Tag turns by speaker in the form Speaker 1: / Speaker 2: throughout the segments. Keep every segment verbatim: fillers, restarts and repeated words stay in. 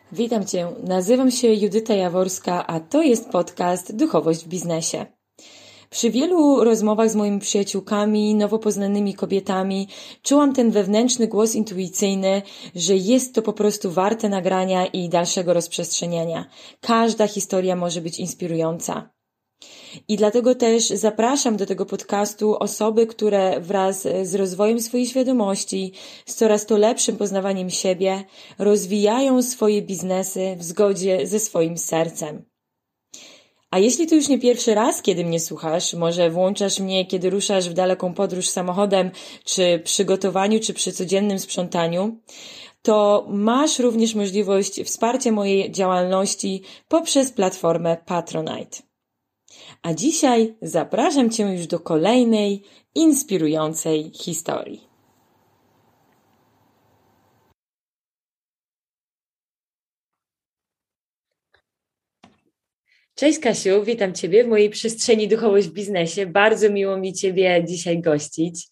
Speaker 1: Witam Cię, nazywam się Judyta Jaworska, a to jest podcast Duchowość w biznesie. Przy wielu rozmowach z moimi przyjaciółkami, nowo poznanymi kobietami, czułam ten wewnętrzny głos intuicyjny, że jest to po prostu warte nagrania i dalszego rozprzestrzeniania. Każda historia może być inspirująca. I dlatego też zapraszam do tego podcastu osoby, które wraz z rozwojem swojej świadomości, z coraz to lepszym poznawaniem siebie, rozwijają swoje biznesy w zgodzie ze swoim sercem. A jeśli to już nie pierwszy raz, kiedy mnie słuchasz, może włączasz mnie, kiedy ruszasz w daleką podróż samochodem, czy przy gotowaniu, czy przy codziennym sprzątaniu, to masz również możliwość wsparcia mojej działalności poprzez platformę Patronite. A dzisiaj zapraszam Cię już do kolejnej inspirującej historii. Cześć Kasiu, witam Ciebie w mojej przestrzeni Duchowość w biznesie. Bardzo miło mi Ciebie dzisiaj gościć.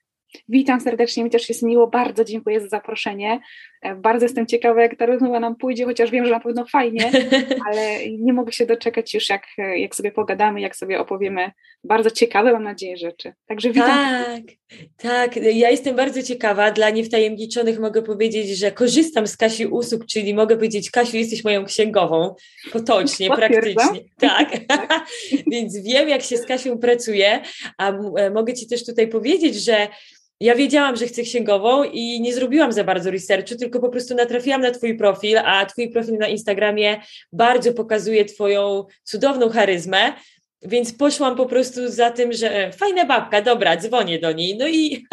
Speaker 2: Witam serdecznie, mi też jest miło, bardzo dziękuję za zaproszenie. Bardzo jestem ciekawa, jak ta rozmowa nam pójdzie, chociaż wiem, że na pewno fajnie, ale nie mogę się doczekać już, jak, jak sobie pogadamy, jak sobie opowiemy bardzo ciekawe, mam nadzieję, rzeczy. Także witam.
Speaker 1: Tak, tak, ja jestem bardzo ciekawa. Dla niewtajemniczonych mogę powiedzieć, że korzystam z Kasi usług, czyli mogę powiedzieć, Kasiu, jesteś moją księgową, potocznie, praktycznie. Tak, więc wiem, jak się z Kasią pracuje, a mogę Ci też tutaj powiedzieć, że ja wiedziałam, że chcę księgową i nie zrobiłam za bardzo researchu, tylko po prostu natrafiłam na Twój profil, a Twój profil na Instagramie bardzo pokazuje Twoją cudowną charyzmę, więc poszłam po prostu za tym, że fajna babka, dobra, dzwonię do niej. No i,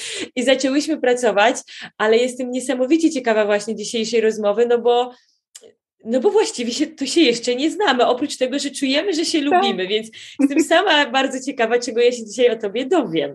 Speaker 1: i zaczęłyśmy pracować, ale jestem niesamowicie ciekawa właśnie dzisiejszej rozmowy, no bo No bo właściwie się, to się jeszcze nie znamy, oprócz tego, że czujemy, że się lubimy, więc jestem sama bardzo ciekawa, czego ja się dzisiaj o Tobie dowiem.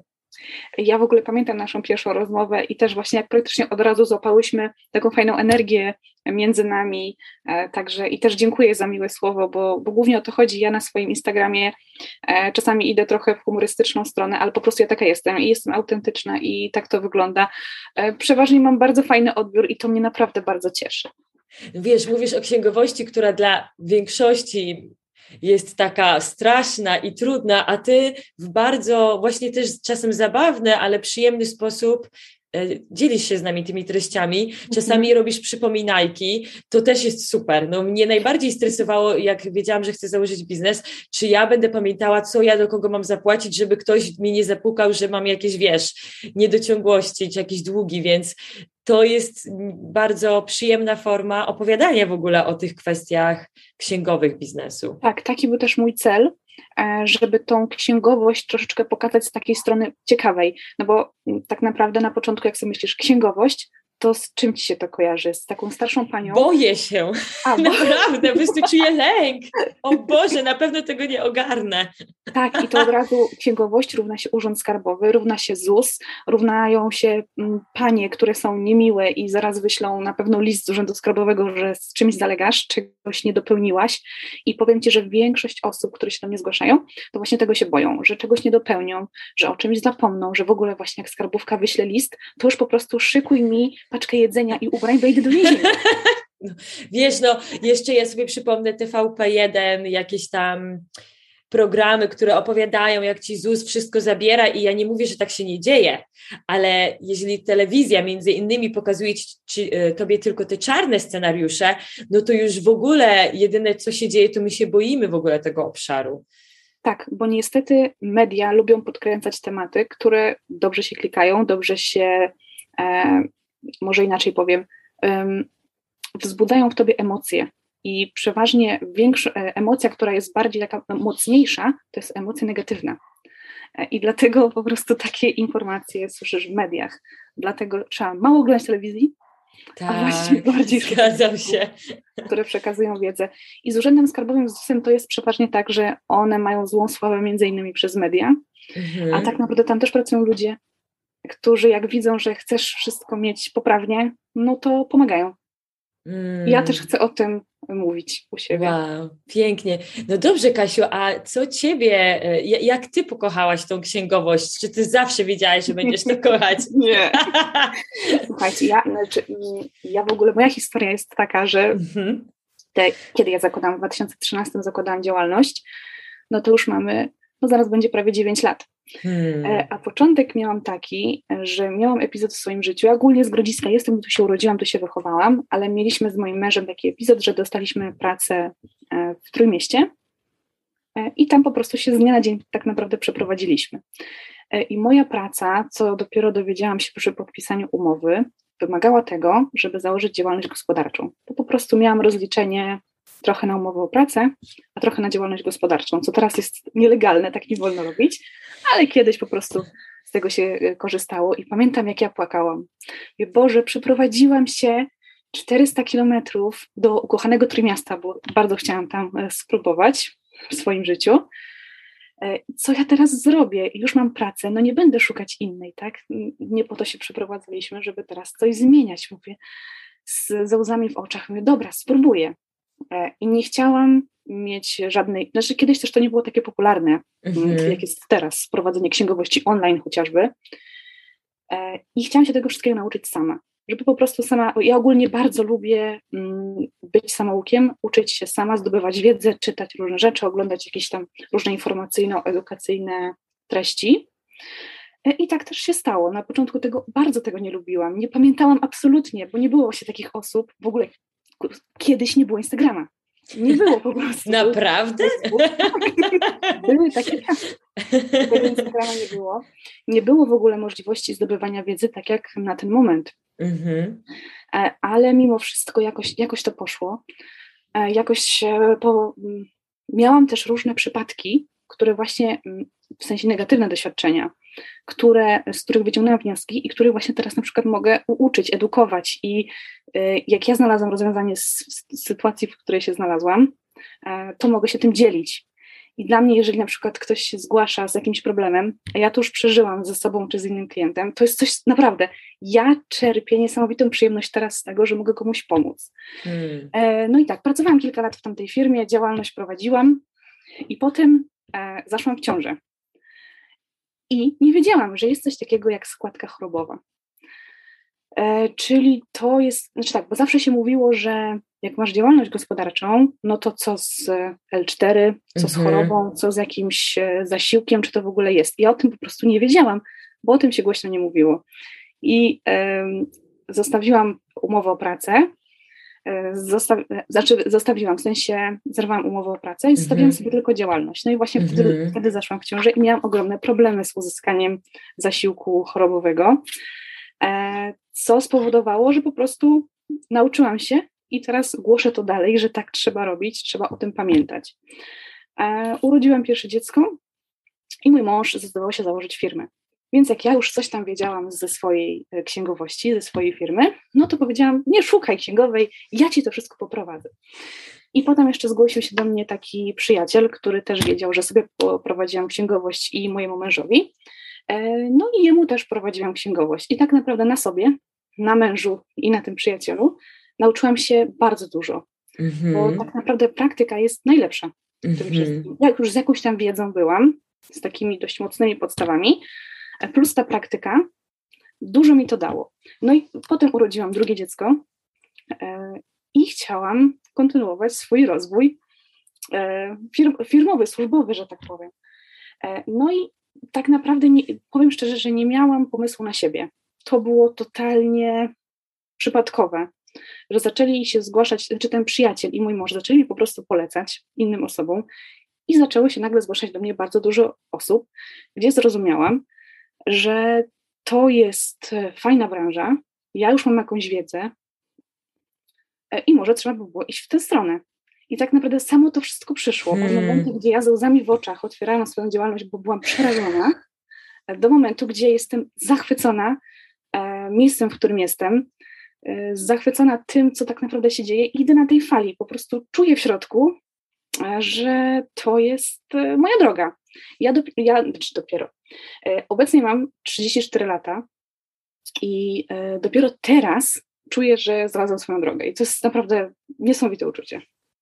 Speaker 2: Ja w ogóle pamiętam naszą pierwszą rozmowę i też właśnie jak praktycznie od razu złapałyśmy taką fajną energię między nami, e, także i też dziękuję za miłe słowo, bo, bo głównie o to chodzi. Ja na swoim Instagramie e, czasami idę trochę w humorystyczną stronę, ale po prostu ja taka jestem i jestem autentyczna i tak to wygląda. E, przeważnie mam bardzo fajny odbiór i to mnie naprawdę bardzo cieszy.
Speaker 1: Wiesz, mówisz o księgowości, która dla większości jest taka straszna i trudna, a Ty w bardzo właśnie też czasem zabawny, ale przyjemny sposób dzielisz się z nami tymi treściami, czasami mm-hmm. robisz przypominajki, to też jest super. No, mnie najbardziej stresowało, jak wiedziałam, że chcę założyć biznes, czy ja będę pamiętała, co ja do kogo mam zapłacić, żeby ktoś mi nie zapukał, że mam jakieś, wiesz, niedociągłości, czy jakieś długi, więc to jest bardzo przyjemna forma opowiadania w ogóle o tych kwestiach księgowych biznesu.
Speaker 2: Tak, taki był też mój cel, żeby tą księgowość troszeczkę pokazać z takiej strony ciekawej, no bo tak naprawdę na początku, jak sobie myślisz księgowość, to z czym Ci się to kojarzy? Z taką starszą panią?
Speaker 1: Boję się, A, bo... naprawdę, po prostu czuję lęk. O Boże, na pewno tego nie ogarnę.
Speaker 2: Tak, i to od razu księgowość równa się urząd skarbowy, równa się Z U S, równają się panie, które są niemiłe i zaraz wyślą na pewno list z urzędu skarbowego, że z czymś zalegasz, czegoś nie dopełniłaś i powiem Ci, że większość osób, które się do mnie zgłaszają, to właśnie tego się boją, że czegoś nie dopełnią, że o czymś zapomną, że w ogóle właśnie jak skarbówka wyśle list, to już po prostu szykuj mi paczkę jedzenia i ubrań, bo idę do więzienia.
Speaker 1: No, wiesz, no jeszcze ja sobie przypomnę T V P jeden, jakieś tam programy, które opowiadają, jak Ci Z U S wszystko zabiera i ja nie mówię, że tak się nie dzieje, ale jeżeli telewizja między innymi pokazuje ci, ci, Tobie tylko te czarne scenariusze, no to już w ogóle jedyne, co się dzieje, to my się boimy w ogóle tego obszaru.
Speaker 2: Tak, bo niestety media lubią podkręcać tematy, które dobrze się klikają, dobrze się... E, może inaczej powiem, um, wzbudzają w Tobie emocje i przeważnie większa emocja, która jest bardziej taka mocniejsza, to jest emocja negatywna. I dlatego po prostu takie informacje słyszysz w mediach. Dlatego trzeba mało oglądać telewizji,
Speaker 1: tak,
Speaker 2: a właściwie bardziej
Speaker 1: zgadzam się,
Speaker 2: które przekazują wiedzę. I z Urzędem Skarbowym, z Z U S-em to jest przeważnie tak, że one mają złą sławę między innymi przez media, mhm. a tak naprawdę tam też pracują ludzie, którzy jak widzą, że chcesz wszystko mieć poprawnie, no to pomagają. Mm. Ja też chcę o tym mówić u siebie.
Speaker 1: Wow, pięknie. No dobrze, Kasiu, a co ciebie, jak ty pokochałaś tą księgowość? Czy ty zawsze wiedziałaś, że będziesz to kochać?
Speaker 2: Nie. Słuchajcie, ja, znaczy, ja w ogóle, moja historia jest taka, że
Speaker 1: Mhm.
Speaker 2: te, kiedy ja zakładałam, w dwa tysiące trzynastym zakładałam działalność, no to już mamy, no zaraz będzie prawie dziewięć lat.
Speaker 1: Hmm.
Speaker 2: A początek miałam taki, że miałam epizod w swoim życiu. Ja ogólnie z Grodziska jestem, tu się urodziłam, tu się wychowałam, ale mieliśmy z moim mężem taki epizod, że dostaliśmy pracę w Trójmieście i tam po prostu się z dnia na dzień tak naprawdę przeprowadziliśmy. I moja praca, co dopiero dowiedziałam się przy podpisaniu umowy, wymagała tego, żeby założyć działalność gospodarczą. To po prostu miałam rozliczenie trochę na umowę o pracę, a trochę na działalność gospodarczą, co teraz jest nielegalne, tak nie wolno robić, ale kiedyś po prostu z tego się korzystało i pamiętam, jak ja płakałam. Mówię, Boże, przeprowadziłam się czterysta kilometrów do ukochanego Trójmiasta, bo bardzo chciałam tam spróbować w swoim życiu. Co ja teraz zrobię? Już mam pracę, no nie będę szukać innej, tak? Nie po to się przeprowadzaliśmy, żeby teraz coś zmieniać. Mówię z, ze łzami w oczach, mówię, dobra, spróbuję. I nie chciałam mieć żadnej, znaczy kiedyś też to nie było takie popularne, mm-hmm. jak jest teraz, prowadzenie księgowości online chociażby. I chciałam się tego wszystkiego nauczyć sama, żeby po prostu sama, ja ogólnie bardzo lubię mm, być samoukiem, uczyć się sama, zdobywać wiedzę, czytać różne rzeczy, oglądać jakieś tam różne informacyjno-edukacyjne treści. I tak też się stało. Na początku tego bardzo tego nie lubiłam, nie pamiętałam absolutnie, bo nie było właśnie takich osób, w ogóle kiedyś nie było Instagrama. Nie było po prostu.
Speaker 1: Naprawdę?
Speaker 2: Były takie czasy. Tego Instagrama nie było. Nie było w ogóle możliwości zdobywania wiedzy tak jak na ten moment. Mm-hmm. Ale mimo wszystko jakoś, jakoś to poszło. Jakoś po... miałam też różne przypadki, które właśnie, w sensie negatywne doświadczenia, które, z których wyciągnęłam wnioski i których właśnie teraz na przykład mogę uczyć, edukować i y, jak ja znalazłam rozwiązanie z, z sytuacji, w której się znalazłam, y, to mogę się tym dzielić. I dla mnie, jeżeli na przykład ktoś się zgłasza z jakimś problemem, a ja to już przeżyłam ze sobą czy z innym klientem, to jest coś naprawdę, ja czerpię niesamowitą przyjemność teraz z tego, że mogę komuś pomóc. Hmm. Y, no i tak, pracowałam kilka lat w tamtej firmie, działalność prowadziłam i potem y, zaszłam w ciążę. I nie wiedziałam, że jest coś takiego jak składka chorobowa. E, czyli to jest, znaczy tak, bo zawsze się mówiło, że jak masz działalność gospodarczą, no to co z el cztery, co z chorobą, co z jakimś zasiłkiem, czy to w ogóle jest. Ja o tym po prostu nie wiedziałam, bo o tym się głośno nie mówiło. I e, zostawiłam umowę o pracę, Zostawi, znaczy zostawiłam, w sensie zerwałam umowę o pracę i zostawiłam mm-hmm. sobie tylko działalność. No i właśnie mm-hmm. wtedy, wtedy zaszłam w ciążę i miałam ogromne problemy z uzyskaniem zasiłku chorobowego, e, co spowodowało, że po prostu nauczyłam się i teraz głoszę to dalej, że tak trzeba robić, trzeba o tym pamiętać. E, urodziłam pierwsze dziecko i mój mąż zdecydował się założyć firmę. Więc jak ja już coś tam wiedziałam ze swojej księgowości, ze swojej firmy, no to powiedziałam, nie szukaj księgowej, ja ci to wszystko poprowadzę. I potem jeszcze zgłosił się do mnie taki przyjaciel, który też wiedział, że sobie prowadziłam księgowość i mojemu mężowi. No i jemu też prowadziłam księgowość. I tak naprawdę na sobie, na mężu i na tym przyjacielu nauczyłam się bardzo dużo. Mm-hmm. Bo tak naprawdę praktyka jest najlepsza w tym wszystkim. Ja już z jakąś tam wiedzą byłam, z takimi dość mocnymi podstawami, plus ta praktyka, dużo mi to dało. No i potem urodziłam drugie dziecko e, i chciałam kontynuować swój rozwój e, firm, firmowy, służbowy, że tak powiem. E, no i tak naprawdę, nie, powiem szczerze, że nie miałam pomysłu na siebie. To było totalnie przypadkowe, że zaczęli się zgłaszać, czy ten przyjaciel i mój mąż zaczęli mi po prostu polecać innym osobom i zaczęło się nagle zgłaszać do mnie bardzo dużo osób, gdzie zrozumiałam, że to jest fajna branża, ja już mam jakąś wiedzę i może trzeba by było iść w tę stronę. I tak naprawdę samo to wszystko przyszło. Hmm. Od momentu, gdzie ja ze łzami w oczach otwierałam swoją działalność, bo byłam przerażona, do momentu, gdzie jestem zachwycona e, miejscem, w którym jestem, e, zachwycona tym, co tak naprawdę się dzieje, idę na tej fali, po prostu czuję w środku, e, że to jest e, moja droga. Ja, do, ja czy dopiero, e, obecnie mam trzydzieści cztery lata i e, dopiero teraz czuję, że znalazłam swoją drogę i to jest naprawdę niesamowite uczucie.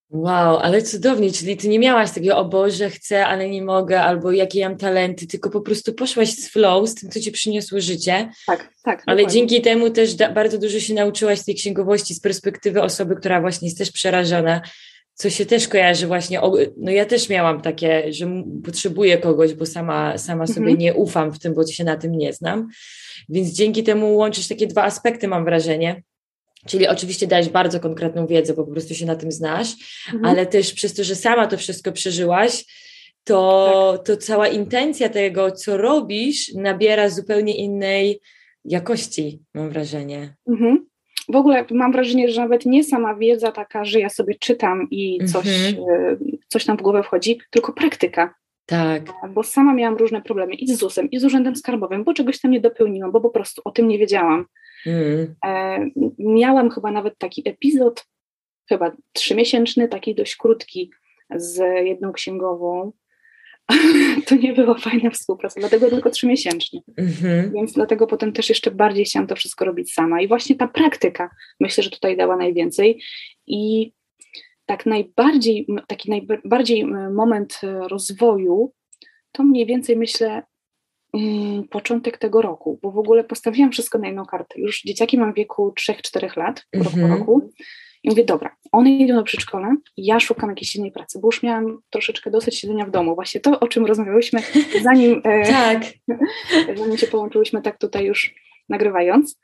Speaker 1: Wow, ale cudownie, czyli ty nie miałaś takiego, o Boże, chcę, ale nie mogę, albo jakie ja mam talenty, tylko po prostu poszłaś z flow, z tym, co ci przyniosło życie,
Speaker 2: Tak, tak,
Speaker 1: ale
Speaker 2: dokładnie.
Speaker 1: dzięki temu też da, bardzo dużo się nauczyłaś tej księgowości z perspektywy osoby, która właśnie jest też przerażona, co się też kojarzy właśnie, o, no ja też miałam takie, że m- potrzebuję kogoś, bo sama, sama sobie
Speaker 2: Mhm.
Speaker 1: nie ufam w tym, bo się na tym nie znam, więc dzięki temu łączysz takie dwa aspekty, mam wrażenie. Czyli oczywiście dajesz bardzo konkretną wiedzę, bo po prostu się na tym znasz,
Speaker 2: Mhm.
Speaker 1: ale też przez to, że sama to wszystko przeżyłaś, to,
Speaker 2: Tak.
Speaker 1: to cała intencja tego, co robisz, nabiera zupełnie innej jakości, mam wrażenie.
Speaker 2: Mhm. W ogóle mam wrażenie, że nawet nie sama wiedza taka, że ja sobie czytam i coś,
Speaker 1: Mhm.
Speaker 2: e, coś tam w głowę wchodzi, tylko praktyka.
Speaker 1: Tak.
Speaker 2: Bo sama miałam różne problemy i z zusem, i z urzędem skarbowym, bo czegoś tam nie dopełniłam, bo po prostu o tym nie wiedziałam.
Speaker 1: Mm.
Speaker 2: E, miałam chyba nawet taki epizod, chyba trzymiesięczny, taki dość krótki, z jedną księgową. To nie była fajna współpraca, dlatego tylko trzymiesięcznie.
Speaker 1: Mhm.
Speaker 2: Więc dlatego potem też jeszcze bardziej chciałam to wszystko robić sama. I właśnie ta praktyka, myślę, że tutaj dała najwięcej. I tak najbardziej, taki najbardziej moment rozwoju, to mniej więcej myślę um, początek tego roku, bo w ogóle postawiłam wszystko na jedną kartę. Już dzieciaki mam w wieku trzy cztery lat, rok po
Speaker 1: Mhm.
Speaker 2: roku. I mówię, dobra, one idą do przedszkola, ja szukam jakiejś innej pracy, bo już miałam troszeczkę dosyć siedzenia w domu. Właśnie to, o czym rozmawiałyśmy, zanim,
Speaker 1: Tak.
Speaker 2: e, zanim się połączyłyśmy tak tutaj już nagrywając,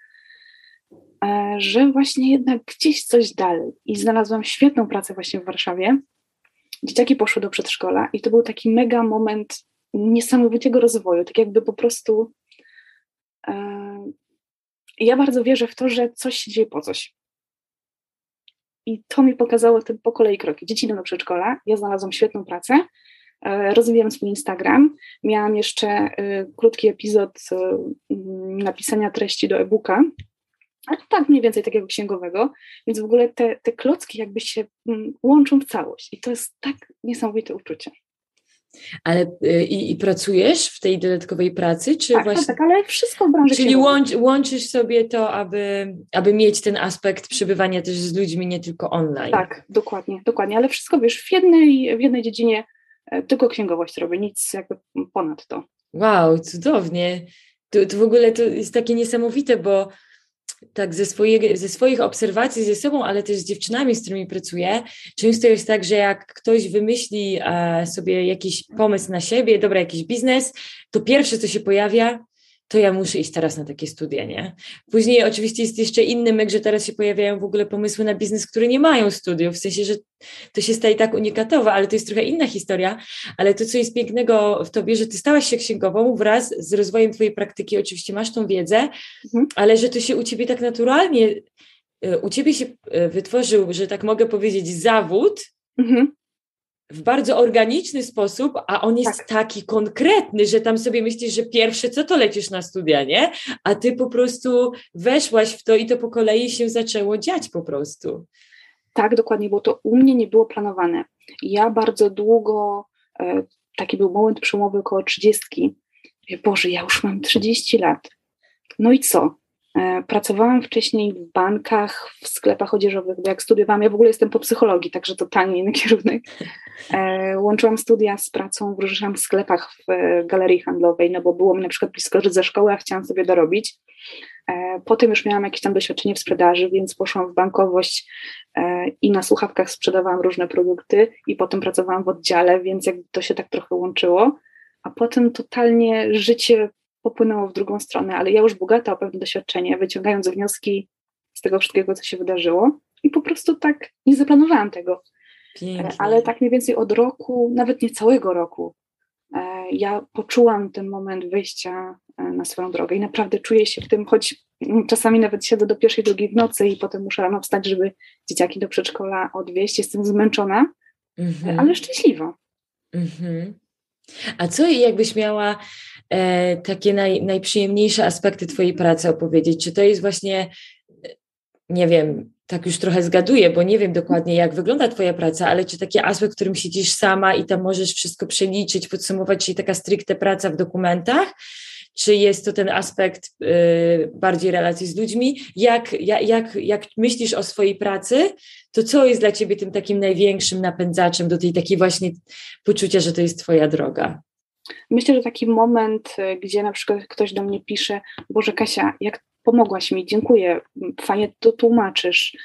Speaker 2: e, że właśnie jednak gdzieś coś dalej. I znalazłam świetną pracę właśnie w Warszawie. Dzieciaki poszły do przedszkola i to był taki mega moment niesamowitego rozwoju, tak jakby po prostu e, ja bardzo wierzę w to, że coś się dzieje po coś. I to mi pokazało te po kolei kroki. Dzieci idą do przedszkola, ja znalazłam świetną pracę, e, rozwijam swój Instagram, miałam jeszcze e, krótki epizod e, napisania treści do e-booka, ale tak mniej więcej takiego księgowego, więc w ogóle te, te klocki jakby się m, łączą w całość i to jest tak niesamowite uczucie.
Speaker 1: Ale y, i, i pracujesz w tej dodatkowej pracy, czy
Speaker 2: Tak,
Speaker 1: właśnie...
Speaker 2: tak, tak, ale wszystko w branży
Speaker 1: Czyli
Speaker 2: księgowej.
Speaker 1: łącz, łączysz sobie to, aby, aby mieć ten aspekt przebywania też z ludźmi, nie tylko online.
Speaker 2: Tak, dokładnie, dokładnie, ale wszystko wiesz, w jednej, w jednej dziedzinie e, tylko księgowość robię, nic jakby ponad to.
Speaker 1: Wow, cudownie. To, to w ogóle to jest takie niesamowite, bo tak ze, swoje, ze swoich obserwacji ze sobą, ale też z dziewczynami, z którymi pracuję, często jest tak, że jak ktoś wymyśli e, sobie jakiś pomysł na siebie, dobra, jakiś biznes, to pierwsze, co się pojawia, to ja muszę iść teraz na takie studia, nie? Później oczywiście jest jeszcze inny myk, że teraz się pojawiają w ogóle pomysły na biznes, które nie mają studiów, w sensie, że to się staje tak unikatowe, ale to jest trochę inna historia, ale to, co jest pięknego w tobie, że ty stałaś się księgową wraz z rozwojem twojej praktyki, oczywiście masz tą wiedzę, mhm. ale że to się u ciebie tak naturalnie, u ciebie się wytworzył, że tak mogę powiedzieć, zawód, mhm. w bardzo organiczny sposób, a on jest tak. taki konkretny, że tam sobie myślisz, że pierwsze co to lecisz na studia, nie? A ty po prostu weszłaś w to i to po kolei się zaczęło dziać po prostu.
Speaker 2: Tak, dokładnie, bo to u mnie nie było planowane. Ja bardzo długo, e, taki był moment przełomowy około trzydziestki. Boże, ja już mam trzydzieści lat. No i co? E, pracowałam wcześniej w bankach, w sklepach odzieżowych, bo jak studiowałam, ja w ogóle jestem po psychologii, także totalnie inny kierunek. E, łączyłam studia z pracą, wróżyłam w sklepach w e, galerii handlowej, no bo było mi na przykład blisko ze szkoły, a chciałam sobie dorobić. E, potem już miałam jakieś tam doświadczenie w sprzedaży, więc poszłam w bankowość e, i na słuchawkach sprzedawałam różne produkty i potem pracowałam w oddziale, więc jakby to się tak trochę łączyło, a potem totalnie życie popłynęło w drugą stronę, ale ja już bogata o pewne doświadczenie, wyciągając wnioski z tego wszystkiego, co się wydarzyło i po prostu tak nie zaplanowałam tego. Pięknie. Ale tak mniej więcej od roku, nawet nie całego roku, ja poczułam ten moment wyjścia na swoją drogę i naprawdę czuję się w tym, choć czasami nawet siedzę do pierwszej, drugiej w nocy i potem muszę rano wstać, żeby dzieciaki do przedszkola odwieźć. Jestem zmęczona, mm-hmm. ale szczęśliwa.
Speaker 1: Mm-hmm. A co jakbyś miała e, takie naj, najprzyjemniejsze aspekty twojej pracy opowiedzieć? Czy to jest właśnie, nie wiem, tak już trochę zgaduję, bo nie wiem dokładnie, jak wygląda twoja praca, ale czy taki aspekt, w którym siedzisz sama i tam możesz wszystko przeliczyć, podsumować, czyli taka stricte praca w dokumentach, czy jest to ten aspekt y, bardziej relacji z ludźmi? Jak, jak, jak, jak myślisz o swojej pracy, to co jest dla ciebie tym takim największym napędzaczem do tej takiej właśnie poczucia, że to jest twoja droga?
Speaker 2: Myślę, że taki moment, gdzie na przykład ktoś do mnie pisze: Boże, Kasia, jak pomogłaś mi, dziękuję, fajnie to tłumaczysz.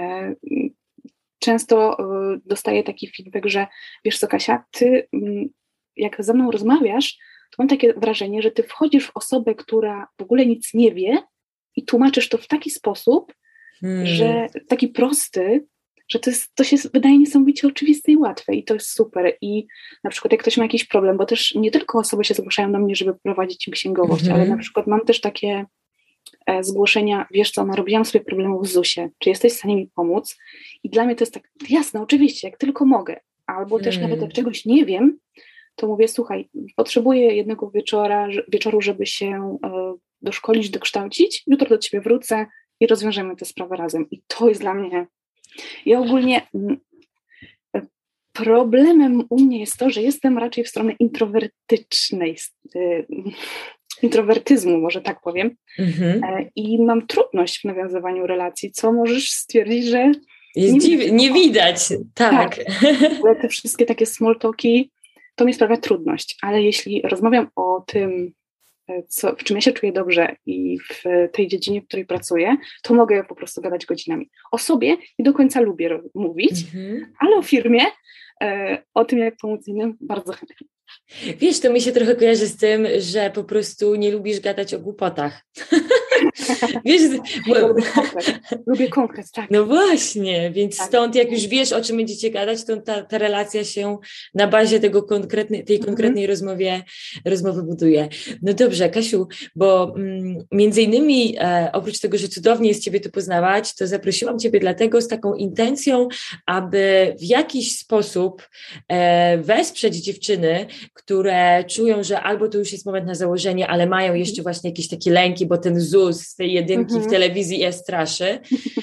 Speaker 2: Często dostaję taki feedback, że wiesz co, Kasia, ty jak ze mną rozmawiasz, to mam takie wrażenie, że ty wchodzisz w osobę, która w ogóle nic nie wie i tłumaczysz to w taki sposób, hmm. że taki prosty, że to, jest, to się wydaje niesamowicie oczywiste i łatwe i to jest super. I na przykład jak ktoś ma jakiś problem, bo też nie tylko osoby się zgłaszają do mnie, żeby prowadzić im księgowość, mm-hmm. ale na przykład mam też takie e, zgłoszenia: wiesz co, narobiłam sobie problemów w zusie, czy jesteś w stanie mi pomóc? I dla mnie to jest tak, jasne, oczywiście, jak tylko mogę. Albo mm. też nawet jak czegoś nie wiem, to mówię: słuchaj, potrzebuję jednego wieczora, wieczoru, żeby się e, doszkolić, dokształcić, jutro do ciebie wrócę i rozwiążemy tę sprawę razem. I to jest dla mnie... Ja ogólnie problemem u mnie jest to, że jestem raczej w stronę introwertycznej, introwertyzmu, może tak powiem, mhm. i mam trudność w nawiązywaniu relacji, co możesz stwierdzić, że
Speaker 1: jest nie, dziw- widać, nie widać, tak. tak.
Speaker 2: Ale te wszystkie takie small talki, to mi sprawia trudność, ale jeśli rozmawiam o tym, Co, w czym ja się czuję dobrze i w tej dziedzinie, w której pracuję, to mogę po prostu gadać godzinami. O sobie nie do końca lubię ro- mówić, mm-hmm. ale o firmie, e, o tym, jak pomóc innym, bardzo chętnie.
Speaker 1: Wiesz, to mi się trochę kojarzy z tym, że po prostu nie lubisz gadać o głupotach. Wiesz, bo...
Speaker 2: ja lubię konkret. Lubię konkret, tak.
Speaker 1: No właśnie, więc tak. Stąd jak już wiesz, o czym będziecie gadać, to ta, ta relacja się na bazie tego konkretnej, tej konkretnej mm-hmm. rozmowie, rozmowy buduje. No dobrze, Kasiu, bo mm, między innymi e, oprócz tego, że cudownie jest Ciebie tu poznawać, to zaprosiłam Ciebie dlatego z taką intencją, aby w jakiś sposób e, wesprzeć dziewczyny, które czują, że albo to już jest moment na założenie, ale mają jeszcze właśnie jakieś takie lęki, bo ten Z U S z tej jedynki mhm. w telewizji je straszy.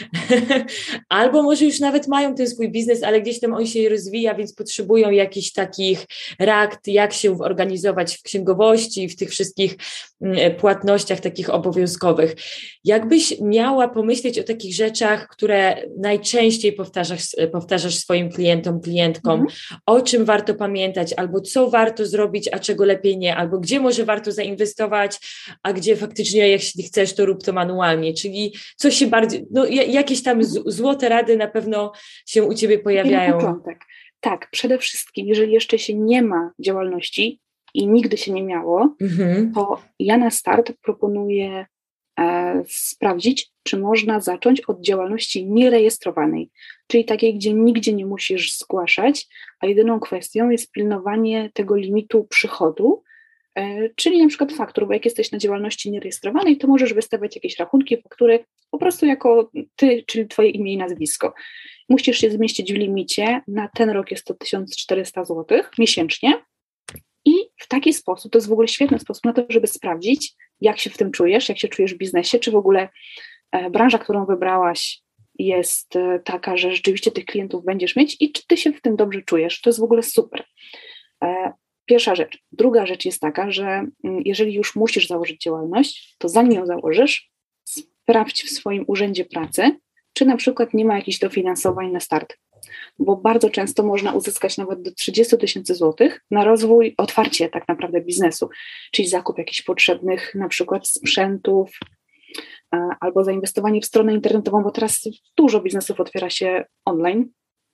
Speaker 1: Albo może już nawet mają ten swój biznes, ale gdzieś tam on się rozwija, więc potrzebują jakichś takich rad, jak się organizować w księgowości, w tych wszystkich płatnościach takich obowiązkowych. Jakbyś miała pomyśleć o takich rzeczach, które najczęściej powtarzasz, powtarzasz swoim klientom, klientkom, mhm. o czym warto pamiętać, albo co warto zrobić, a czego lepiej nie, albo gdzie może warto zainwestować, a gdzie faktycznie, jeśli chcesz, to rób to manualnie, czyli coś się bardziej, no jakieś tam z, złote rady na pewno się u Ciebie pojawiają.
Speaker 2: Na początek. Tak, przede wszystkim, jeżeli jeszcze się nie ma działalności i nigdy się nie miało, mhm. to ja na start proponuję e, sprawdzić, czy można zacząć od działalności nierejestrowanej, czyli takiej, gdzie nigdzie nie musisz zgłaszać, a jedyną kwestią jest pilnowanie tego limitu przychodu, e, czyli na przykład faktur, bo jak jesteś na działalności nierejestrowanej, to możesz wystawiać jakieś rachunki, faktury po prostu jako ty, czyli twoje imię i nazwisko. Musisz się zmieścić w limicie, na ten rok jest to tysiąc czterysta złotych miesięcznie i w taki sposób, to jest w ogóle świetny sposób na to, żeby sprawdzić, jak się w tym czujesz, jak się czujesz w biznesie, czy w ogóle e, branża, którą wybrałaś, jest e, taka, że rzeczywiście tych klientów będziesz mieć i czy ty się w tym dobrze czujesz. To jest w ogóle super. E, pierwsza rzecz. Druga rzecz jest taka, że m, jeżeli już musisz założyć działalność, to zanim ją założysz, sprawdź w swoim urzędzie pracy, czy na przykład nie ma jakichś dofinansowań na start. Bo bardzo często można uzyskać nawet do trzydzieści tysięcy złotych na rozwój, otwarcie tak naprawdę biznesu, czyli zakup jakichś potrzebnych na przykład sprzętów albo zainwestowanie w stronę internetową, bo teraz dużo biznesów otwiera się online.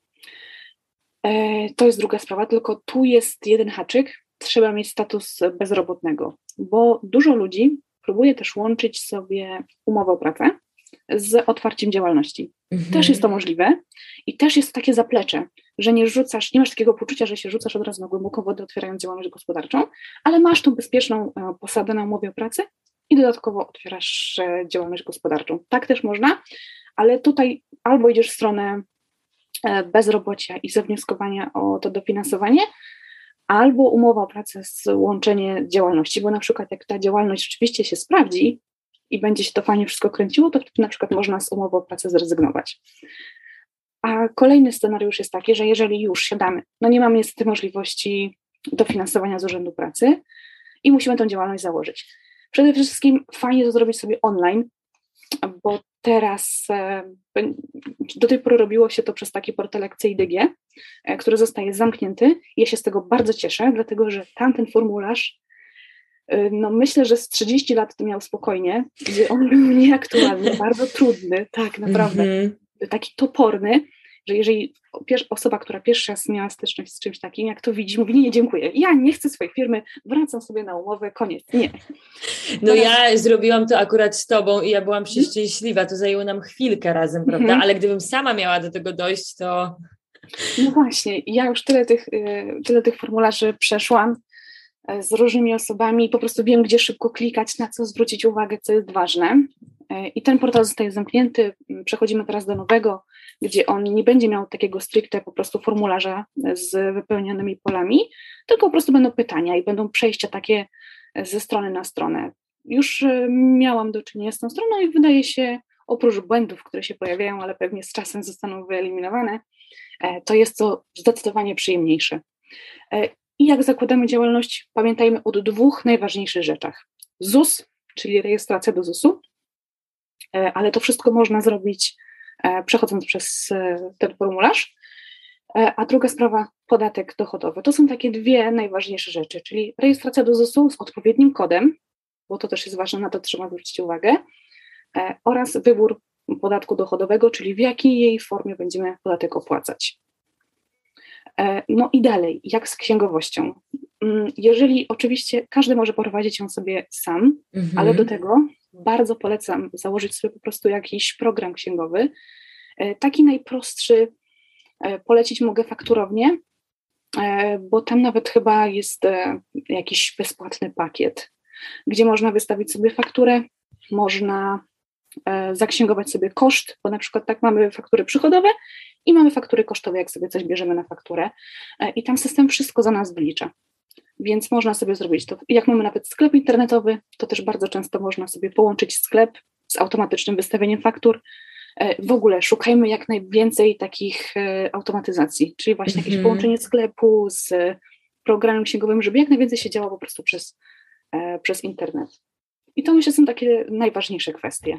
Speaker 2: To jest druga sprawa, tylko tu jest jeden haczyk, trzeba mieć status bezrobotnego, bo dużo ludzi próbuje też łączyć sobie umowę o pracę z otwarciem działalności. Mhm. Też jest to możliwe i też jest to takie zaplecze, że nie rzucasz, nie masz takiego poczucia, że się rzucasz od razu na głęboką wodę, otwierając działalność gospodarczą, ale masz tą bezpieczną posadę na umowie o pracę i dodatkowo otwierasz działalność gospodarczą. Tak też można, ale tutaj albo idziesz w stronę bezrobocia i zawnioskowania o to dofinansowanie, albo umowa o pracę z łączenie działalności, bo na przykład jak ta działalność rzeczywiście się sprawdzi i będzie się to fajnie wszystko kręciło, to wtedy na przykład można z umowy o pracę zrezygnować. A kolejny scenariusz jest taki, że jeżeli już siadamy, no nie mamy niestety możliwości dofinansowania z Urzędu Pracy i musimy tę działalność założyć. Przede wszystkim fajnie to zrobić sobie online, bo teraz do tej pory robiło się to przez taki portal jak C I D G, który zostaje zamknięty. Ja się z tego bardzo cieszę, dlatego że tamten formularz, no myślę, że z trzydzieści lat to miał spokojnie, gdzie on był nieaktualny, bardzo trudny, tak naprawdę, mm-hmm. taki toporny, że jeżeli osoba, która pierwszy raz miała styczność z czymś takim, jak to widzi, mówi, nie, dziękuję, ja nie chcę swojej firmy, wracam sobie na umowę, koniec, nie.
Speaker 1: No Teraz... ja zrobiłam to akurat z tobą i ja byłam przeszczęśliwa, to zajęło nam chwilkę razem, prawda, mm-hmm. ale gdybym sama miała do tego dojść, to...
Speaker 2: No właśnie, ja już tyle tych, tyle tych formularzy przeszłam z różnymi osobami i po prostu wiem, gdzie szybko klikać, na co zwrócić uwagę, co jest ważne. I ten portal zostaje zamknięty, przechodzimy teraz do nowego, gdzie on nie będzie miał takiego stricte po prostu formularza z wypełnionymi polami, tylko po prostu będą pytania i będą przejścia takie ze strony na stronę. Już miałam do czynienia z tą stroną i wydaje się, oprócz błędów, które się pojawiają, ale pewnie z czasem zostaną wyeliminowane, to jest to zdecydowanie przyjemniejsze. I jak zakładamy działalność, pamiętajmy o dwóch najważniejszych rzeczach. Z U S, czyli rejestracja do Z U S-u, ale to wszystko można zrobić przechodząc przez ten formularz. A druga sprawa, podatek dochodowy. To są takie dwie najważniejsze rzeczy, czyli rejestracja do Z U S-u z odpowiednim kodem, bo to też jest ważne, na to trzeba zwrócić uwagę, oraz wybór podatku dochodowego, czyli w jakiej jej formie będziemy podatek opłacać. No i dalej, jak z księgowością? Jeżeli oczywiście każdy może prowadzić ją sobie sam, mhm. ale do tego bardzo polecam założyć sobie po prostu jakiś program księgowy. Taki najprostszy polecić mogę Fakturownię, bo tam nawet chyba jest jakiś bezpłatny pakiet, gdzie można wystawić sobie fakturę, można zaksięgować sobie koszt, bo na przykład tak mamy faktury przychodowe i mamy faktury kosztowe, jak sobie coś bierzemy na fakturę i tam system wszystko za nas wylicza. Więc można sobie zrobić to. Jak mamy nawet sklep internetowy, to też bardzo często można sobie połączyć sklep z automatycznym wystawieniem faktur. W ogóle szukajmy jak najwięcej takich automatyzacji, czyli właśnie mm-hmm. jakieś połączenie sklepu z programem księgowym, żeby jak najwięcej się działo po prostu przez, przez internet. I to myślę są takie najważniejsze kwestie.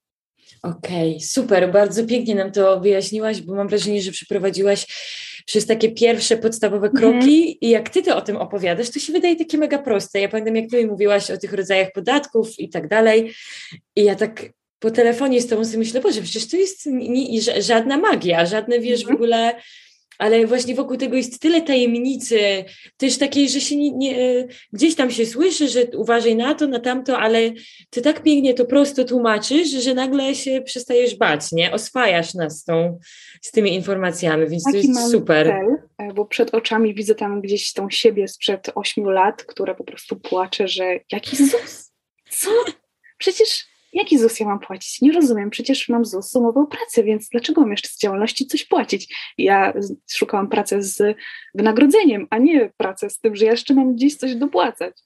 Speaker 1: Okej, okay, super, bardzo pięknie nam to wyjaśniłaś, bo mam wrażenie, że przeprowadziłaś przez takie pierwsze podstawowe kroki mm-hmm. i jak ty to o tym opowiadasz, to się wydaje takie mega proste. Ja pamiętam, jak ty mi mówiłaś o tych rodzajach podatków i tak dalej i ja tak po telefonie z tobą sobie myślę, Boże, przecież to jest nie, żadna magia, żadne, wiesz, mm-hmm. w ogóle... Ale właśnie wokół tego jest tyle tajemnicy, też takiej, że się nie, nie, gdzieś tam się słyszy, że uważaj na to, na tamto, ale ty tak pięknie to prosto tłumaczysz, że nagle się przestajesz bać, nie? Oswajasz nas z, tą, z tymi informacjami, więc
Speaker 2: Taki
Speaker 1: to jest
Speaker 2: mam
Speaker 1: super.
Speaker 2: Cel, bo przed oczami widzę tam gdzieś tą siebie sprzed ośmiu lat, która po prostu płacze, że jaki Z U S? Co? Przecież... Jaki Z U S ja mam płacić? Nie rozumiem, przecież mam Z U S, umowę o pracę, więc dlaczego mam jeszcze z działalności coś płacić? Ja szukałam pracy z wynagrodzeniem, a nie pracę z tym, że ja jeszcze mam gdzieś coś dopłacać.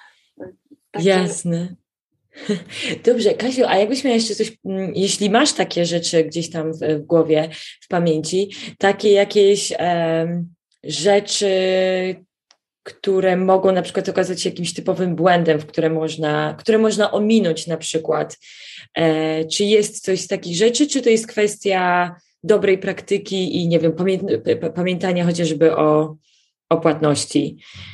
Speaker 1: Tak, jasne. Dobrze, Kasiu, a jakbyś miała jeszcze coś, jeśli masz takie rzeczy gdzieś tam w, w głowie, w pamięci, takie jakieś um, rzeczy, które mogą na przykład okazać się jakimś typowym błędem, w które można, które można ominąć na przykład. E, czy jest coś z takich rzeczy, czy to jest kwestia dobrej praktyki i nie wiem, pamię- pamiętania chociażby o, o płatności?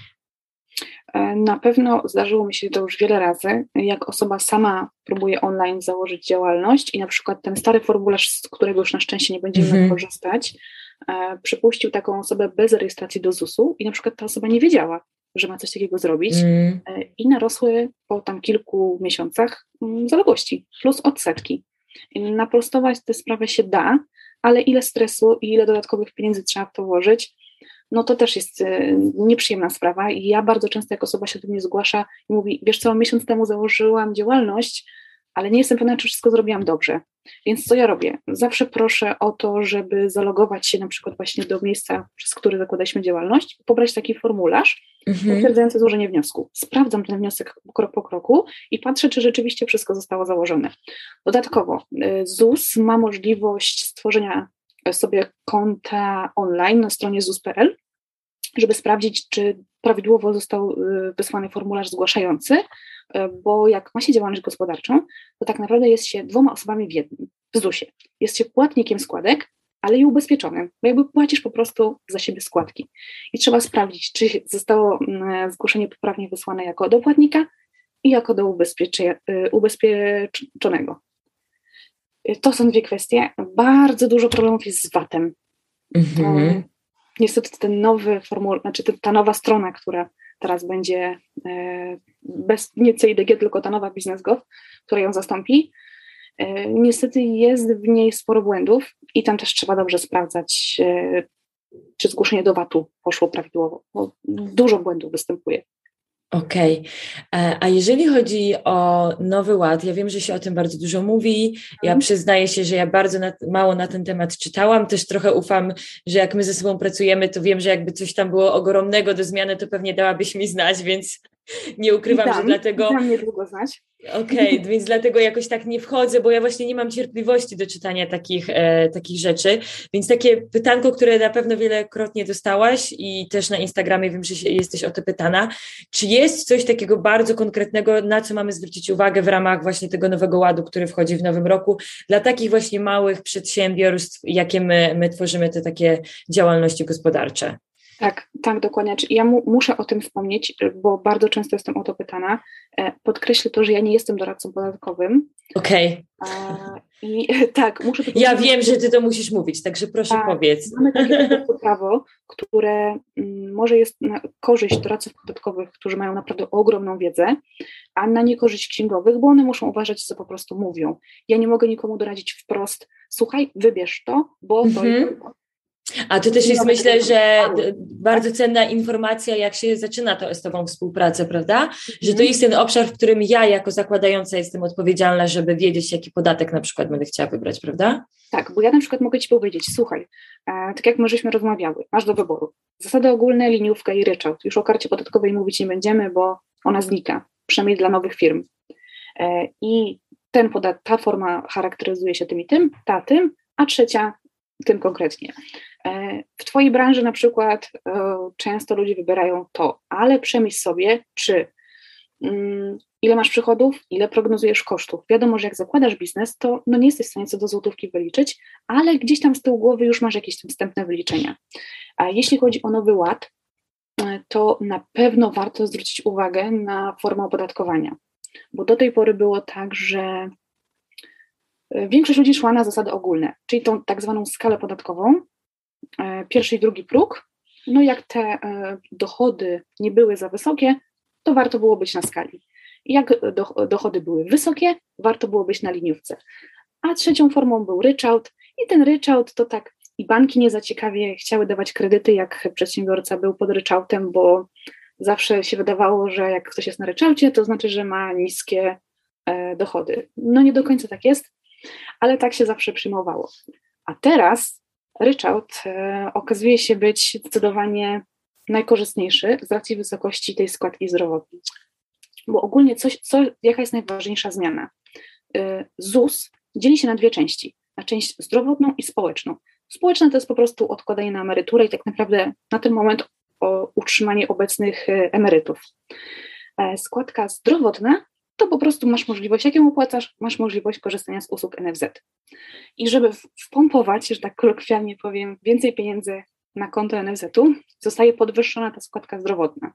Speaker 2: Na pewno zdarzyło mi się to już wiele razy, jak osoba sama próbuje online założyć działalność i na przykład ten stary formularz, z którego już na szczęście nie będziemy mm-hmm. korzystać, e, przypuścił taką osobę bez rejestracji do Z U S-u i na przykład ta osoba nie wiedziała, że ma coś takiego zrobić mm. e, i narosły po tam kilku miesiącach m, zaległości plus odsetki. I naprostować tę sprawę się da, ale ile stresu i ile dodatkowych pieniędzy trzeba w to włożyć, no to też jest y, nieprzyjemna sprawa i ja bardzo często jak osoba się do mnie zgłasza i mówi, wiesz co, miesiąc temu założyłam działalność, ale nie jestem pewna, czy wszystko zrobiłam dobrze. Więc co ja robię? Zawsze proszę o to, żeby zalogować się na przykład właśnie do miejsca, przez które zakładaliśmy działalność, pobrać taki formularz mhm. potwierdzający złożenie wniosku. Sprawdzam ten wniosek krok po kroku i patrzę, czy rzeczywiście wszystko zostało założone. Dodatkowo y, Z U S ma możliwość stworzenia sobie konta online na stronie Z U S kropka pe el, żeby sprawdzić, czy prawidłowo został wysłany formularz zgłaszający, bo jak ma się działalność gospodarczą, to tak naprawdę jest się dwoma osobami w jednym, w zusie. Jest się płatnikiem składek, ale i ubezpieczonym, bo jakby płacisz po prostu za siebie składki. I trzeba sprawdzić, czy zostało zgłoszenie poprawnie wysłane jako do płatnika i jako do ubezpiecze, ubezpieczonego. To są dwie kwestie. Bardzo dużo problemów jest z vatem. Mhm. Niestety ten nowy formularz, znaczy ta nowa strona, która teraz będzie bez nie C I D G, tylko ta nowa Biznes Gov, która ją zastąpi, niestety jest w niej sporo błędów i tam też trzeba dobrze sprawdzać, czy zgłoszenie do vatu poszło prawidłowo, bo dużo błędów występuje.
Speaker 1: Okej, okay. A jeżeli chodzi o Nowy Ład, ja wiem, że się o tym bardzo dużo mówi, ja przyznaję się, że ja bardzo na, mało na ten temat czytałam, też trochę ufam, że jak my ze sobą pracujemy, to wiem, że jakby coś tam było ogromnego do zmiany, to pewnie dałabyś mi znać, więc nie ukrywam,
Speaker 2: Dam,
Speaker 1: że dlatego...
Speaker 2: Dam niedługo znać.
Speaker 1: Okej, okay, więc dlatego jakoś tak nie wchodzę, bo ja właśnie nie mam cierpliwości do czytania takich, e, takich rzeczy, więc takie pytanko, które na pewno wielokrotnie dostałaś i też na Instagramie wiem, że się, jesteś o to pytana, czy jest coś takiego bardzo konkretnego, na co mamy zwrócić uwagę w ramach właśnie tego Nowego Ładu, który wchodzi w nowym roku, dla takich właśnie małych przedsiębiorstw, jakie my, my tworzymy te takie działalności gospodarcze?
Speaker 2: Tak, tak, dokładnie. Ja mu, muszę o tym wspomnieć, bo bardzo często jestem o to pytana. Podkreślę to, że ja nie jestem doradcą podatkowym.
Speaker 1: Okej.
Speaker 2: Okay. I tak, muszę to
Speaker 1: Ja wiem, że ty to musisz mówić, także proszę tak, powiedz.
Speaker 2: Mamy takie prawo, które może jest na korzyść doradców podatkowych, którzy mają naprawdę ogromną wiedzę, a na niekorzyść księgowych, bo one muszą uważać, co po prostu mówią. Ja nie mogę nikomu doradzić wprost, słuchaj, wybierz to, bo to
Speaker 1: mm-hmm.
Speaker 2: jest...
Speaker 1: A to też jest, myślę, że bardzo cenna informacja, jak się zaczyna to z tobą współpracę, prawda? Że to jest ten obszar, w którym ja jako zakładająca jestem odpowiedzialna, żeby wiedzieć, jaki podatek na przykład będę chciała wybrać, prawda?
Speaker 2: Tak, bo ja na przykład mogę ci powiedzieć, słuchaj, e, tak jak my żeśmy rozmawiały, masz do wyboru zasady ogólne, liniówka i ryczałt. Już o karcie podatkowej mówić nie będziemy, bo ona znika, przynajmniej dla nowych firm. E, I ten podat- ta forma charakteryzuje się tym i tym, ta tym, a trzecia tym konkretnie. W twojej branży na przykład często ludzie wybierają to, ale przemyśl sobie, czy um, ile masz przychodów, ile prognozujesz kosztów. Wiadomo, że jak zakładasz biznes, to no nie jesteś w stanie co do złotówki wyliczyć, ale gdzieś tam z tyłu głowy już masz jakieś tam wstępne wyliczenia. A jeśli chodzi o Nowy Ład, to na pewno warto zwrócić uwagę na formę opodatkowania, bo do tej pory było tak, że większość ludzi szła na zasady ogólne, czyli tą tak zwaną skalę podatkową, pierwszy i drugi próg. No jak te dochody nie były za wysokie, to warto było być na skali. Jak do, dochody były wysokie, warto było być na liniówce. A trzecią formą był ryczałt i ten ryczałt to tak i banki nie za ciekawie chciały dawać kredyty, jak przedsiębiorca był pod ryczałtem, bo zawsze się wydawało, że jak ktoś jest na ryczałcie, to znaczy, że ma niskie e, dochody. No nie do końca tak jest, ale tak się zawsze przyjmowało. A teraz ryczałt e, okazuje się być zdecydowanie najkorzystniejszy z racji wysokości tej składki zdrowotnej. Bo ogólnie coś, co, jaka jest najważniejsza zmiana? E, ZUS dzieli się na dwie części, na część zdrowotną i społeczną. Społeczna to jest po prostu odkładanie na emeryturę i tak naprawdę na ten moment o utrzymanie obecnych e, emerytów. E, składka zdrowotna to po prostu masz możliwość, jak ją opłacasz, masz możliwość korzystania z usług N F Z. I żeby wpompować, że tak kolokwialnie powiem, więcej pieniędzy na konto N F Z-u, zostaje podwyższona ta składka zdrowotna.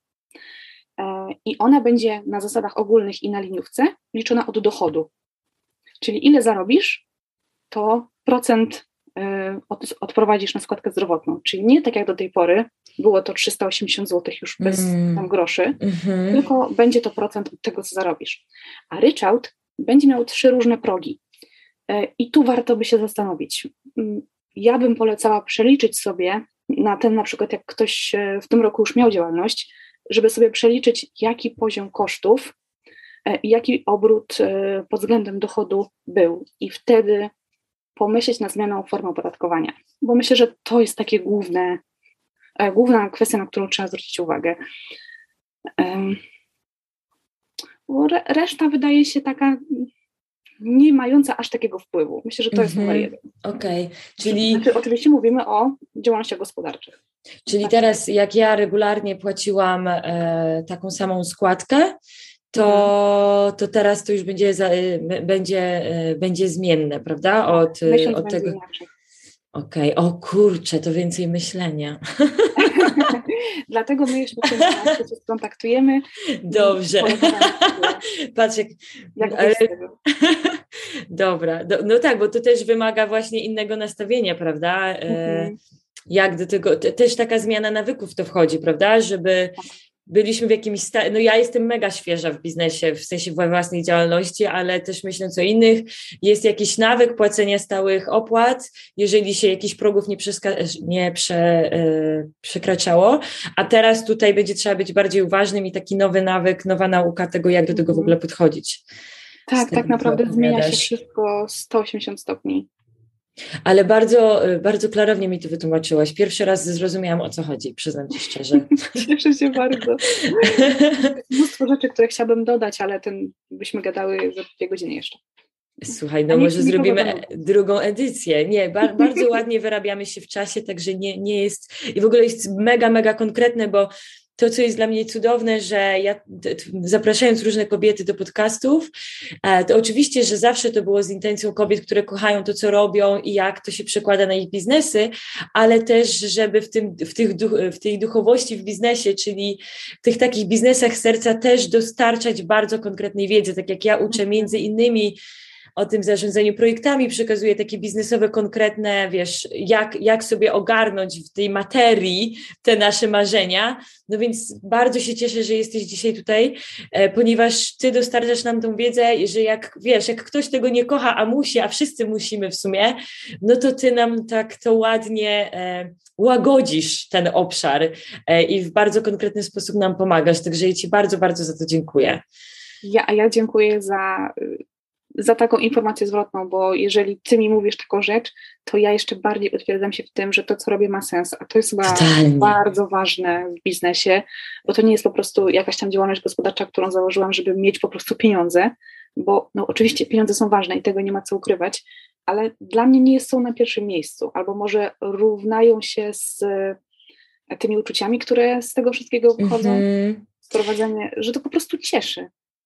Speaker 2: I ona będzie na zasadach ogólnych i na liniówce liczona od dochodu. Czyli ile zarobisz, to procent od, odprowadzisz na składkę zdrowotną. Czyli nie tak jak do tej pory, było to trzysta osiemdziesiąt złotych już bez mm. tam groszy, mm-hmm. tylko będzie to procent od tego, co zarobisz. A ryczałt będzie miał trzy różne progi. I tu warto by się zastanowić. Ja bym polecała przeliczyć sobie na ten, na przykład jak ktoś w tym roku już miał działalność, żeby sobie przeliczyć, jaki poziom kosztów i jaki obrót pod względem dochodu był. I wtedy pomyśleć nad zmianą formy opodatkowania. Bo myślę, że to jest takie główne, główna kwestia, na którą trzeba zwrócić uwagę. Bo reszta wydaje się taka nie mająca aż takiego wpływu. Myślę, że to jest mm-hmm. numer jeden.
Speaker 1: Okej, okay. Czyli...
Speaker 2: Znaczy, oczywiście mówimy o działalnościach gospodarczych.
Speaker 1: Czyli teraz jak ja regularnie płaciłam e, taką samą składkę, to, to teraz to już będzie, za, będzie, będzie zmienne, prawda? Od,
Speaker 2: Miesiąc
Speaker 1: od
Speaker 2: będzie
Speaker 1: tego.
Speaker 2: inaczej.
Speaker 1: Okej, okay. O kurczę, to więcej myślenia.
Speaker 2: Dlatego my jeszcze się skontaktujemy.
Speaker 1: Dobrze. Patrz, jak,
Speaker 2: jak
Speaker 1: ale... Dobra, do, no tak, bo to też wymaga właśnie innego nastawienia, prawda? Mhm. Jak do tego, też taka zmiana nawyków to wchodzi, prawda? Żeby byliśmy w jakimś stanie, no ja jestem mega świeża w biznesie, w sensie we własnej działalności, ale też myśląc o innych, jest jakiś nawyk płacenia stałych opłat, jeżeli się jakichś progów nie, przeska- nie prze, yy, przekraczało, a teraz tutaj będzie trzeba być bardziej uważnym i taki nowy nawyk, nowa nauka tego, jak do tego w ogóle podchodzić.
Speaker 2: Tak, tak naprawdę zmienia się wszystko sto osiemdziesiąt stopni.
Speaker 1: Ale bardzo, bardzo klarownie mi to wytłumaczyłaś. Pierwszy raz zrozumiałam, o co chodzi, przyznam ci szczerze.
Speaker 2: Cieszę się bardzo. Jest mnóstwo rzeczy, które chciałabym dodać, ale ten byśmy gadały za dwie godziny jeszcze.
Speaker 1: Słuchaj, no może zrobimy drugą edycję. Nie, ba- bardzo ładnie wyrabiamy się w czasie, także nie, nie jest... I w ogóle jest mega, mega konkretne, bo to, co jest dla mnie cudowne, że ja t- t- zapraszając różne kobiety do podcastów, e, to oczywiście, że zawsze to było z intencją kobiet, które kochają to, co robią i jak to się przekłada na ich biznesy, ale też, żeby w, tym, w, tych duch, w tej duchowości w biznesie, czyli w tych takich biznesach serca też dostarczać bardzo konkretnej wiedzy, tak jak ja uczę między innymi o tym zarządzaniu projektami, przekazuję takie biznesowe, konkretne, wiesz, jak, jak sobie ogarnąć w tej materii te nasze marzenia. No więc bardzo się cieszę, że jesteś dzisiaj tutaj, e, ponieważ ty dostarczasz nam tą wiedzę, że jak, wiesz, jak ktoś tego nie kocha, a musi, a wszyscy musimy w sumie, no to ty nam tak to ładnie e, łagodzisz ten obszar e, i w bardzo konkretny sposób nam pomagasz. Także ja ci bardzo, bardzo za to dziękuję.
Speaker 2: Ja, a ja dziękuję za... za taką informację zwrotną, bo jeżeli ty mi mówisz taką rzecz, to ja jeszcze bardziej utwierdzam się w tym, że to, co robię, ma sens, a to jest chyba Totalnie. bardzo ważne w biznesie, bo to nie jest po prostu jakaś tam działalność gospodarcza, którą założyłam, żeby mieć po prostu pieniądze, bo no oczywiście pieniądze są ważne i tego nie ma co ukrywać, ale dla mnie nie są na pierwszym miejscu, albo może równają się z tymi uczuciami, które z tego wszystkiego wychodzą, mm-hmm. sprowadzenie, że to po prostu cieszy.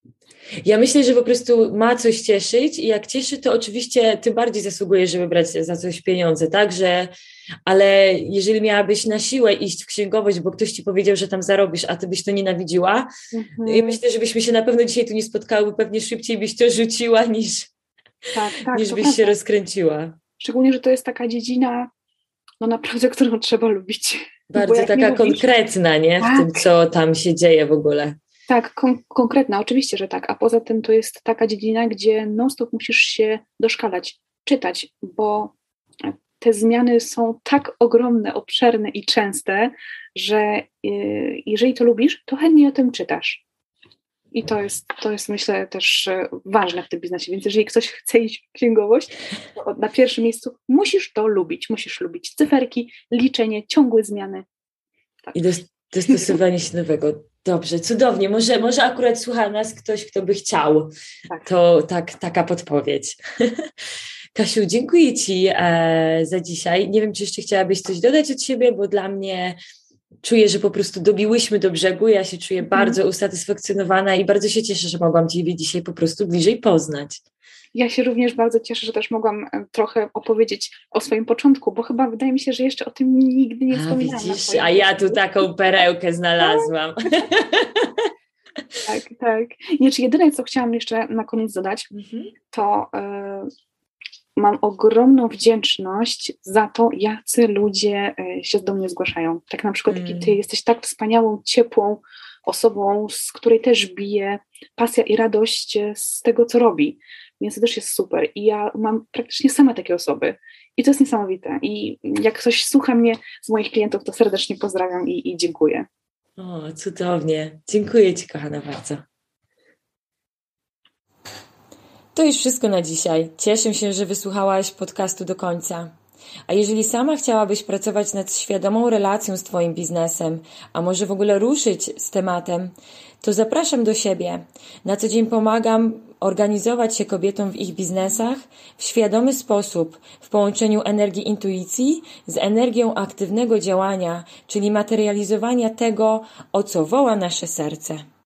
Speaker 1: Ja myślę, że po prostu ma coś cieszyć i jak cieszy, to oczywiście tym bardziej zasługuje, żeby brać za coś pieniądze, tak, że, ale jeżeli miałabyś na siłę iść w księgowość, bo ktoś ci powiedział, że tam zarobisz, a ty byś to nienawidziła, mhm. ja myślę, że byśmy się na pewno dzisiaj tu nie spotkały, bo pewnie szybciej byś to rzuciła niż, tak, tak, niż byś prawda. się rozkręciła.
Speaker 2: Szczególnie, że to jest taka dziedzina, no naprawdę, którą trzeba lubić.
Speaker 1: Bardzo taka lubisz, konkretna, nie? Tak. W tym, co tam się dzieje w ogóle.
Speaker 2: Tak, kon- konkretna, oczywiście, że tak, a poza tym to jest taka dziedzina, gdzie non-stop musisz się doszkalać, czytać, bo te zmiany są tak ogromne, obszerne i częste, że y, jeżeli to lubisz, to chętnie o tym czytasz. I to jest, to jest myślę też ważne w tym biznesie, więc jeżeli ktoś chce iść w księgowość, to na pierwszym miejscu musisz to lubić, musisz lubić cyferki, liczenie, ciągłe zmiany.
Speaker 1: Tak. I dostosowanie się nowego. Dobrze, cudownie. Może, może akurat słucha nas ktoś, kto by chciał. Tak. To tak, taka podpowiedź. Kasiu, dziękuję ci e, za dzisiaj. Nie wiem, czy jeszcze chciałabyś coś dodać od siebie, bo dla mnie czuję, że po prostu dobiłyśmy do brzegu. Ja się czuję mm. bardzo usatysfakcjonowana i bardzo się cieszę, że mogłam Ciebie dzisiaj po prostu bliżej poznać.
Speaker 2: Ja się również bardzo cieszę, że też mogłam trochę opowiedzieć o swoim początku, bo chyba wydaje mi się, że jeszcze o tym nigdy nie wspominałam.
Speaker 1: A widzisz, a ja tu taką perełkę znalazłam.
Speaker 2: Tak, tak. Nie, czy jedyne, co chciałam jeszcze na koniec dodać, mhm. to y, mam ogromną wdzięczność za to, jacy ludzie y, się do mnie zgłaszają. Tak na przykład, mm. ty jesteś tak wspaniałą, ciepłą osobą, z której też bije pasja i radość z tego, co robi. Więc to też jest super. I ja mam praktycznie same takie osoby. I to jest niesamowite. I jak ktoś słucha mnie z moich klientów, to serdecznie pozdrawiam i, i dziękuję.
Speaker 1: O, cudownie. Dziękuję Ci, kochana, bardzo. To już wszystko na dzisiaj. Cieszę się, że wysłuchałaś podcastu do końca. A jeżeli sama chciałabyś pracować nad świadomą relacją z Twoim biznesem, a może w ogóle ruszyć z tematem, to zapraszam do siebie. Na co dzień pomagam organizować się kobietom w ich biznesach w świadomy sposób, w połączeniu energii intuicji z energią aktywnego działania, czyli materializowania tego, o co woła nasze serce.